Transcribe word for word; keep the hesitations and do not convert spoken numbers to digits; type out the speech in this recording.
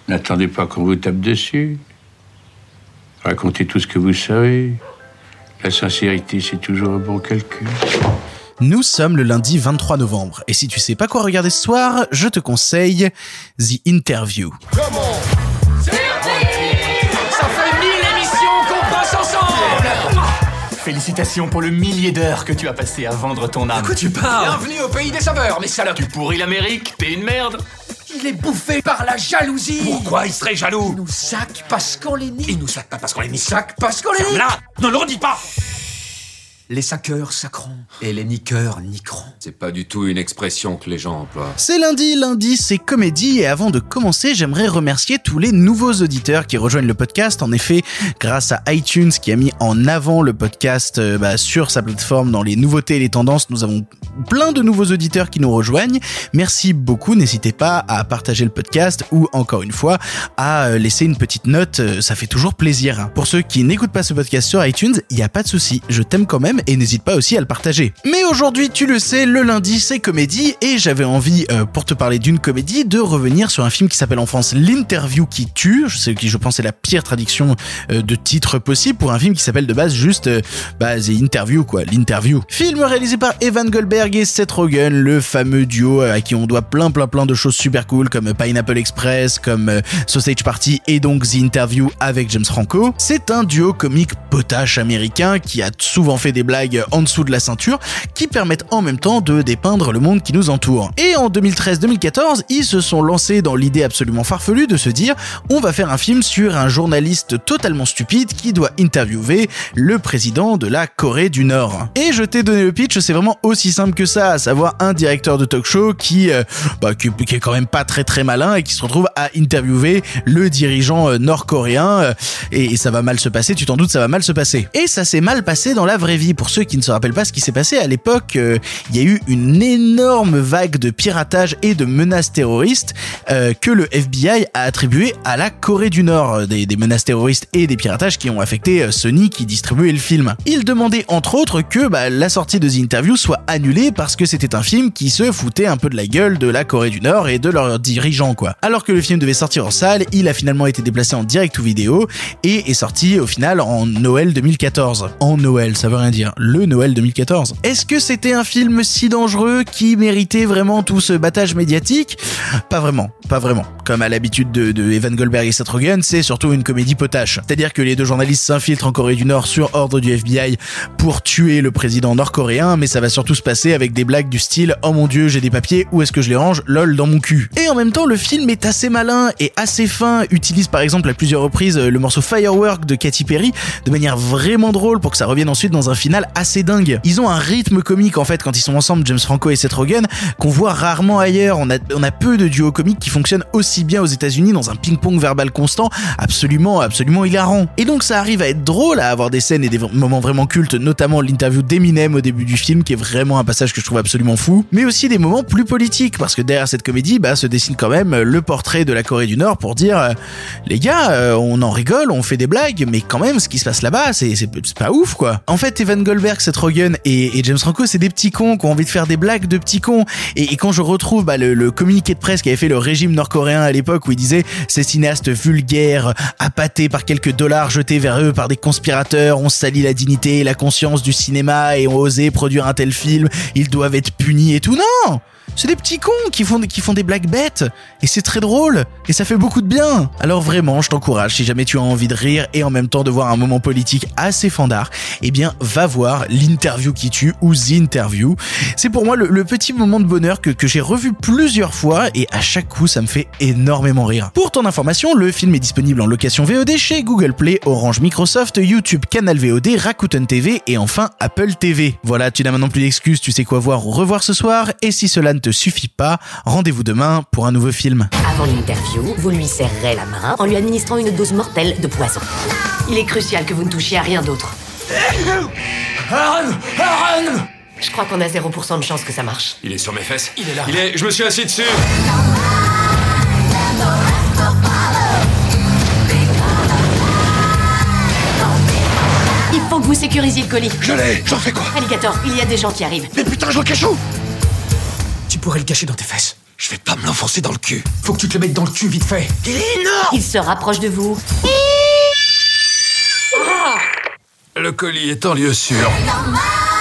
N'attendez pas qu'on vous tape dessus. Racontez tout ce que vous savez. La sincérité, c'est toujours un bon calcul. Nous sommes le lundi vingt-trois novembre, et si tu sais pas quoi regarder ce soir, je te conseille The Interview. Comment ? C'est parti ! Ça fait mille émissions qu'on passe ensemble ! Félicitations pour le millier d'heures que tu as passé à vendre ton âme. De quoi tu parles ? Bienvenue au pays des saveurs, mes salopes. Tu pourris l'Amérique, t'es une merde. Il est bouffé par la jalousie. Pourquoi il serait jaloux ? Il nous sac parce qu'on les nie. Il nous sac pas parce qu'on les Il nie. sac parce qu'on les nie. Là, ne le redis pas. Les saqueurs saqueront et les niqueurs niqueront. C'est pas du tout une expression que les gens emploient. C'est lundi, lundi c'est comédie, et avant de commencer, j'aimerais remercier tous les nouveaux auditeurs qui rejoignent le podcast. En effet, grâce à iTunes qui a mis en avant le podcast euh, bah, sur sa plateforme dans les nouveautés et les tendances, nous avons plein de nouveaux auditeurs qui nous rejoignent. Merci beaucoup, n'hésitez pas à partager le podcast ou encore une fois à laisser une petite note, ça fait toujours plaisir. Pour ceux qui n'écoutent pas ce podcast sur iTunes, il n'y a pas de souci, je t'aime quand même et n'hésite pas aussi à le partager. Mais aujourd'hui, tu le sais, le lundi c'est comédie et j'avais envie, euh, pour te parler d'une comédie, de revenir sur un film qui s'appelle en France L'Interview qui tue, ce qui je pense est la pire traduction euh, de titre possible pour un film qui s'appelle de base juste euh, bah, The Interview quoi, L'Interview. Film réalisé par Evan Goldberg et Seth Rogen, le fameux duo à qui on doit plein plein plein de choses super cool comme Pineapple Express, comme euh, Sausage Party et donc The Interview avec James Franco. C'est un duo comique potache américain qui a souvent fait des blagues en dessous de la ceinture qui permettent en même temps de dépeindre le monde qui nous entoure. Et en deux mille treize deux mille quatorze, ils se sont lancés dans l'idée absolument farfelue de se dire on va faire un film sur un journaliste totalement stupide qui doit interviewer le président de la Corée du Nord. Et je t'ai donné le pitch, c'est vraiment aussi simple que ça, à savoir un directeur de talk show qui, euh, bah, qui, qui est quand même pas très très malin et qui se retrouve à interviewer le dirigeant euh, nord-coréen euh, et, et ça va mal se passer, tu t'en doutes, ça va mal se passer. Et ça s'est mal passé dans la vraie vie. Pour ceux qui ne se rappellent pas ce qui s'est passé à l'époque, euh, il y a eu une énorme vague de piratage et de menaces terroristes euh, que le F B I a attribué à la Corée du Nord, des, des menaces terroristes et des piratages qui ont affecté euh, Sony qui distribuait le film. Il demandait entre autres que bah, la sortie de The Interview soit annulée parce que c'était un film qui se foutait un peu de la gueule de la Corée du Nord et de leurs dirigeants quoi. Alors que le film devait sortir en salle, il a finalement été déplacé en direct ou vidéo et est sorti au final en Noël deux mille quatorze. En Noël, ça veut rien dire. Le Noël deux mille quatorze. Est-ce que c'était un film si dangereux qui méritait vraiment tout ce battage médiatique ? Pas vraiment, pas vraiment. Comme à l'habitude de, de Evan Goldberg et Seth Rogen, c'est surtout une comédie potache. C'est-à-dire que les deux journalistes s'infiltrent en Corée du Nord sur ordre du F B I pour tuer le président nord-coréen, mais ça va surtout se passer avec des blagues du style « Oh mon dieu, j'ai des papiers, où est-ce que je les range ? Lol, dans mon cul ». Et en même temps, le film est assez malin et assez fin, utilise par exemple à plusieurs reprises le morceau Firework de Katy Perry de manière vraiment drôle pour que ça revienne ensuite dans un final assez dingue. Ils ont un rythme comique en fait quand ils sont ensemble, James Franco et Seth Rogen, qu'on voit rarement ailleurs. On a, on a peu de duos comiques qui fonctionnent aussi bien aux États-Unis dans un ping-pong verbal constant, absolument, absolument hilarant. Et donc ça arrive à être drôle, à avoir des scènes et des moments vraiment cultes, notamment l'interview d'Eminem au début du film, qui est vraiment un passage que je trouve absolument fou, mais aussi des moments plus politiques, parce que derrière cette comédie, bah, se dessine quand même le portrait de la Corée du Nord pour dire, euh, les gars, euh, on en rigole, on fait des blagues, mais quand même, ce qui se passe là-bas, c'est, c'est, c'est pas ouf, quoi. En fait, Evan Goldberg, Seth Rogen et, et James Franco, c'est des petits cons qui ont envie de faire des blagues de petits cons. Et, et quand je retrouve bah, le, le communiqué de presse qui avait fait le régime nord-coréen à l'époque, où il disait ces cinéastes vulgaires, appâtés par quelques dollars jetés vers eux par des conspirateurs, ont sali la dignité et la conscience du cinéma et ont osé produire un tel film, ils doivent être punis et tout. Non! C'est des petits cons qui font, qui font des blagues bêtes. Et c'est très drôle. Et ça fait beaucoup de bien. Alors vraiment, je t'encourage, si jamais tu as envie de rire et en même temps de voir un moment politique assez fandard, eh bien, va voir L'Interview qui tue ou The Interview. C'est pour moi le, le petit moment de bonheur que, que j'ai revu plusieurs fois et à chaque coup, ça me fait énormément rire. Pour ton information, le film est disponible en location V O D chez Google Play, Orange, Microsoft, YouTube, Canal V O D, Rakuten T V et enfin Apple T V. Voilà, tu n'as maintenant plus d'excuses, tu sais quoi voir ou revoir ce soir et si cela ne te suffit pas, rendez-vous demain pour un nouveau film. Avant l'interview, vous lui serrerez la main en lui administrant une dose mortelle de poison. Il est crucial que vous ne touchiez à rien d'autre. Aaron Aaron Je crois qu'on a zéro pour cent de chance que ça marche. Il est sur mes fesses. Il est là. Il est... Je me suis assis dessus. Il faut que vous sécurisiez le colis. Je l'ai. J'en fais quoi? Alligator, il y a des gens qui arrivent. Mais putain, je le cache où? Tu pourrais le cacher dans tes fesses. Je vais pas me l'enfoncer dans le cul. Faut que tu te le mettes dans le cul vite fait. Il est énorme. Il se rapproche de vous. Le colis est en lieu sûr.